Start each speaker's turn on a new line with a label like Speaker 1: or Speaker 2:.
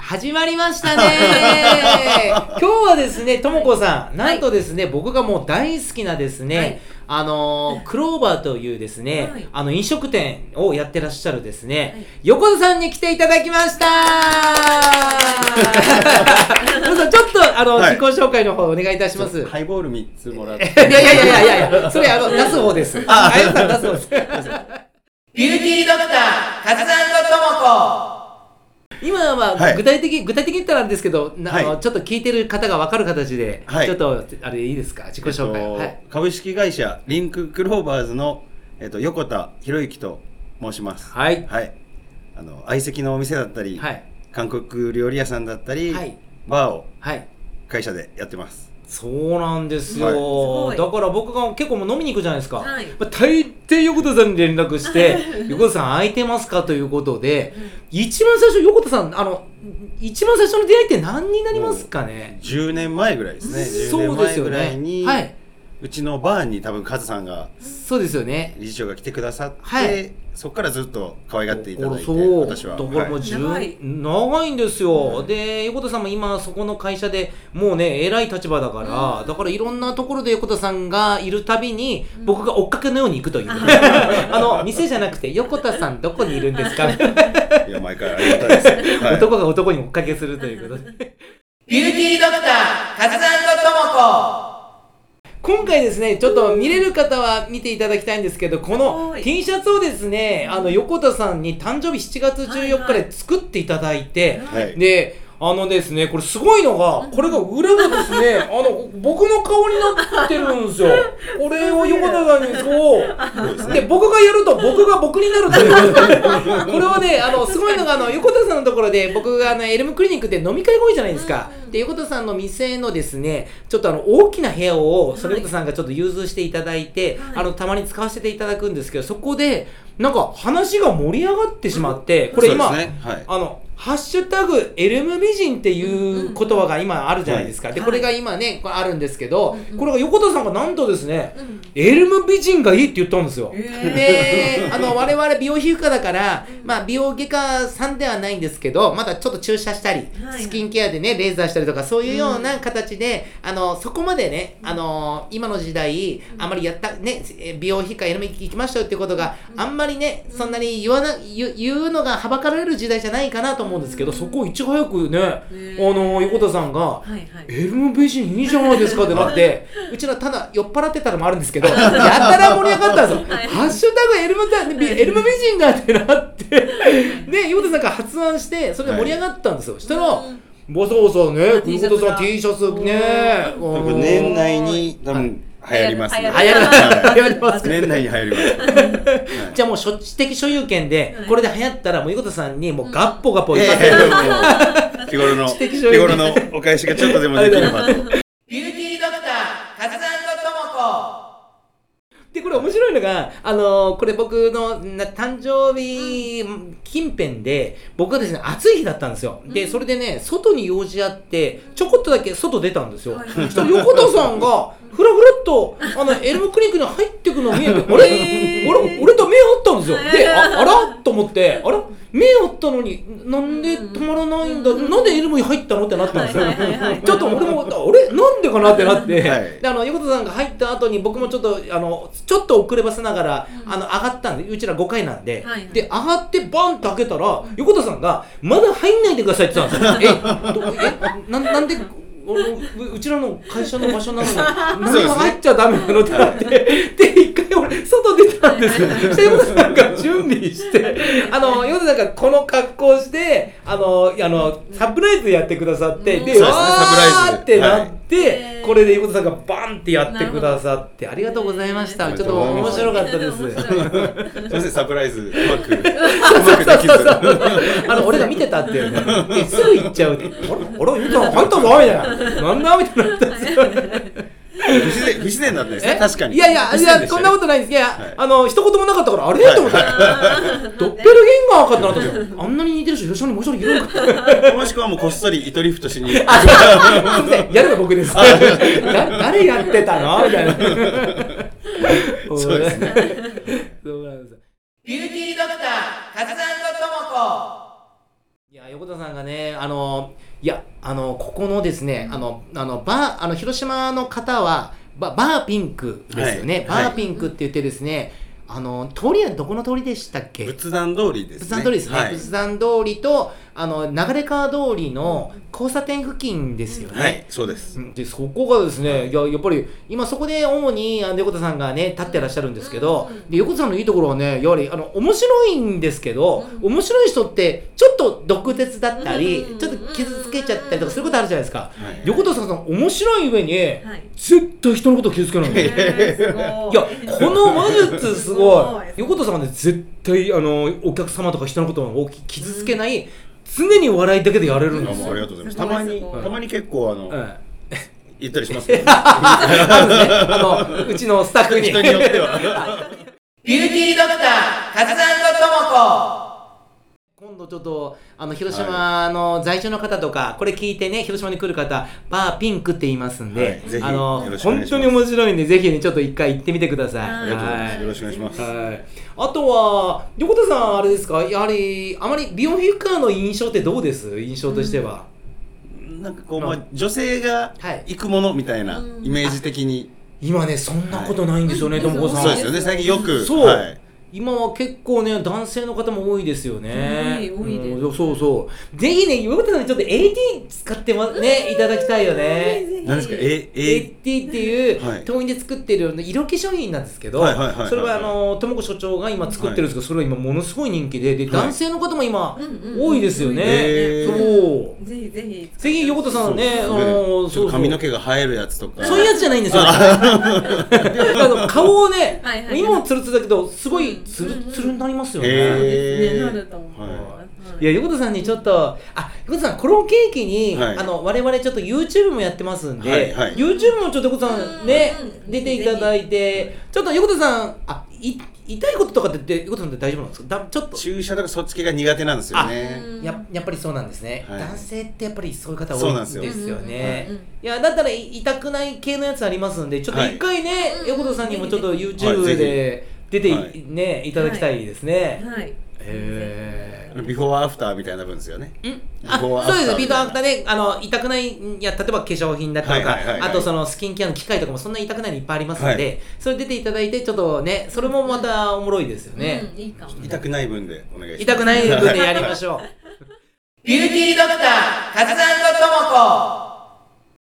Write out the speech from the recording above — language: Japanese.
Speaker 1: 始まりましたね今日はですね、ともこさん、なんとですね、僕がもう大好きなですね、クローバーというですね、飲食店をやってらっしゃるですね、横田さんに来ていただきましたどうぞちょっと自己紹介の方お願いいたします。
Speaker 2: ハイボール3つもらって。
Speaker 1: いや、それ出す方です。あやさん出す方です。ビューティードクター、カズ&ともこ。今は具体的に言ったらなんですけど、ちょっと聞いてる方が分かる形で、ちょっとあれいいですか、自己紹介。
Speaker 2: 株式会社リンククローバーズの、横田博之と申します。はい。相席のお店だったり、韓国料理屋さんだったり、バーを会社でやってます。
Speaker 1: そうなんですよ、だから僕が結構もう飲みに行くじゃないですか、大抵横田さんに連絡して横田さん空いてますかということで、一番最初横田さん一番最初の出会いって何になりますかね。
Speaker 2: 10年前ぐらいですね。10年前ぐらいに、うちのバーに多分カズさんが、
Speaker 1: そうですよね、
Speaker 2: 理事長が来てくださって、そこからずっと可愛がっていただいて、私は
Speaker 1: だからもう長いんですよ、で横田さんも今そこの会社でもうね偉い立場だから、だからいろんなところで横田さんがいるたびに僕が追っかけのように行くという店じゃなくて横田さんどこにいるんですかい
Speaker 2: や毎回ありがたいです、
Speaker 1: 男が男に追っかけするということでビューティードクター、カズ&ともこ。今回ですね、ちょっと見れる方は見ていただきたいんですけど、この T シャツをですね、横田さんに誕生日7月14日で作っていただいて、でですね、これすごいのが、これが裏がですね、僕の顔になってるんですよ。これを横田さんにで、僕がやると僕が僕になるというこれはね、すごいのが、横田さんのところで、僕がエルムクリニックで飲み会が多いじゃないですか。で、横田さんの店のですね、ちょっと大きな部屋を、それ横田さんがちょっと融通していただいて、たまに使わせていただくんですけど、そこで、なんか話が盛り上がってしまって、これ今、ハッシュタグエルム美人っていう言葉が今あるじゃないですか。で、これが今ね、あるんですけど、これが横田さんがなんとですね、エルム美人がいいって言ったんですよ。で、我々美容皮膚科だから、美容外科さんではないんですけど、まだちょっと注射したり、スキンケアでね、レーザーしたりとか、そういうような形で、そこまでね、今の時代、あまり美容皮膚科エルム行きましょうっていうことがあんまりね、そんなに言うのがはばかられる時代じゃないかなと思うんですけど、そこをいち早くね、横田さんが、エルム美人いいじゃないですかってなって、うちらただ酔っ払ってたのもあるんですけど、やたら盛り上がったんですよ。ハッシュタグエルム美人だってなって、で、横田さんが発案して、それで盛り上がったんですよ。そしたら、そうね、横田さん T シャツね、
Speaker 2: 年内に多分、流行りますね。
Speaker 1: 流行ります。
Speaker 2: 年内に流行ります。
Speaker 1: じゃあもう知的所有権でこれで流行ったらもう横田さんにもうガッポガポ言わせる。
Speaker 2: 日頃のお返しがちょっとでもできればと。ビューティードクター、カズ&ともこ。
Speaker 1: でこれ面白いのがこれ僕の誕生日近辺で僕がですね暑い日だったんですよ。でそれでね外に用事あってちょこっとだけ外出たんですよ。そしたら横田さんがふらふらっとエルムクリニックに入ってくの見えて俺と目合ったんですよ。であらと思って目合ったのになんで止まらないんだ、なんでエルムに入ったのってなったんですよ。ちょっと俺もなんでかなってなって、で横田さんが入った後に僕もちょっと遅ればせながら上がったんで、うちら5階なんで、で上がってバンって開けたら横田さんがまだ入んないでくださいって言ってたんですよ。なんでうちらの会社の場所なのに何も入っちゃダメなのってなってで一回俺外出たんですよ。そして横田さんが準備して横田さんがこの格好をしてサプライズやってくださってでわーってなってこれで横田さんがバンってやってくださってありがとうございました。ちょっと面白かったです。す
Speaker 2: いませんサプライズうまくできず
Speaker 1: 俺が見てたっていうねすぐ行っちゃうって入ったぞみたいななんだみたいなったんですよ。
Speaker 2: 不自然だったですね。確かに。
Speaker 1: いやそんなことないんです。いや一言もなかったからあれと思ってドッペルゲンガーかってなったんですよ。あんなに似てる人後ろにもう一人いるのか。
Speaker 2: もしくはもうこっそり糸リフトしに。
Speaker 1: やるの僕です。誰やってたのみたいな。
Speaker 2: そうですね。
Speaker 1: ビューティードクターカズ&ともこ。 いや、横田さんがね、ここのですね、広島の方は、バーピンクですよね。バーピンクって言ってですね、通りはどこの通りでしたっけ？
Speaker 2: 仏壇通りですね。
Speaker 1: 仏壇通りですね。仏壇通りと、流川通りの交差点付近ですよね。
Speaker 2: はい、そうです。
Speaker 1: で、そこがですね、やっぱり、今そこで主に横田さんがね、立ってらっしゃるんですけど、で、横田さんのいいところはね、やはり、面白いんですけど、面白い人って、ちょっと毒舌だったり、ちょっと傷つけちゃったりとか、そういうことあるじゃないですか。横田さん、面白い上に、絶対人のこと傷つけないんだよ。いや、この魔術すごい。横田さんはね、絶対、お客様とか人のことを傷つけない、常に笑いだけでやれるんですよ。
Speaker 2: ありがとうございます。たまに結構言ったりしますね。
Speaker 1: うちのスタッフに。
Speaker 2: 人によっては。
Speaker 1: ビューティードクター、カズさんとともこ。今度ちょっと広島の在住の方とか、これ聞いてね、広島に来る方、バーピンクって言いますんで、本当に面白いんで、ぜひね、ちょっと一回行ってみてください。
Speaker 2: よろしくお願いします。
Speaker 1: あとは、横田さん、あれですか、やはり、あまり美容皮膚科の印象ってどうです？印象としては。
Speaker 2: なんかこう、女性が行くものみたいな、イメージ的に。
Speaker 1: 今ね、そんなことないんですよね、ともこさん。
Speaker 2: そうですよね、最近よく。
Speaker 1: そう。今は結構ね、男性の方も多いですよね。
Speaker 3: 多いです。
Speaker 1: そうそう。ぜひね、横田さんにちょっと AT 使ってね、いただきたいよね。
Speaker 2: 何ですか？
Speaker 1: AT っていう党員で作ってる色化粧品なんですけど、それはともこ所長が今作ってるんですけど、それは今ものすごい人気で、男性の方も今多いですよね。そう。ぜひ横田さんね、
Speaker 2: 髪の毛が生えるやつとか。
Speaker 1: そういうやつじゃないんですよ。顔をね、今もツルツルだけど、すごいツルツルになりますよね。
Speaker 3: なると思う。
Speaker 1: いや、横田さんにちょっと、横田さん、このケーキに、我々ちょっと YouTube もやってますんで、YouTube もちょっと横田さんね、出ていただいて、ちょっと横田さん、痛いこととかって横田さんって大丈夫なんですか？ちょっと
Speaker 2: 注射とかそっち系が苦手なんですよね。
Speaker 1: やっぱりそうなんですね。男性ってやっぱりそういう方多いんですよね。いや、だったら痛くない系のやつありますんで、ちょっと一回ね、横田さんにもちょっと YouTube で出てね、いただきたいですね。
Speaker 2: ビフォーアフターみたいな分ですよね。
Speaker 1: そうです。ビフォーアフターで痛くない、例えば化粧品だったりとか、あとそのスキンケアの機械とかもそんな痛くないのいっぱいありますので、それ出ていただいて、ちょっとね、それもまたおもろいですよね。
Speaker 2: 痛くない分でお願いします。
Speaker 1: 痛くない分でやりましょう。ビューティードクター、カズさんとともこ。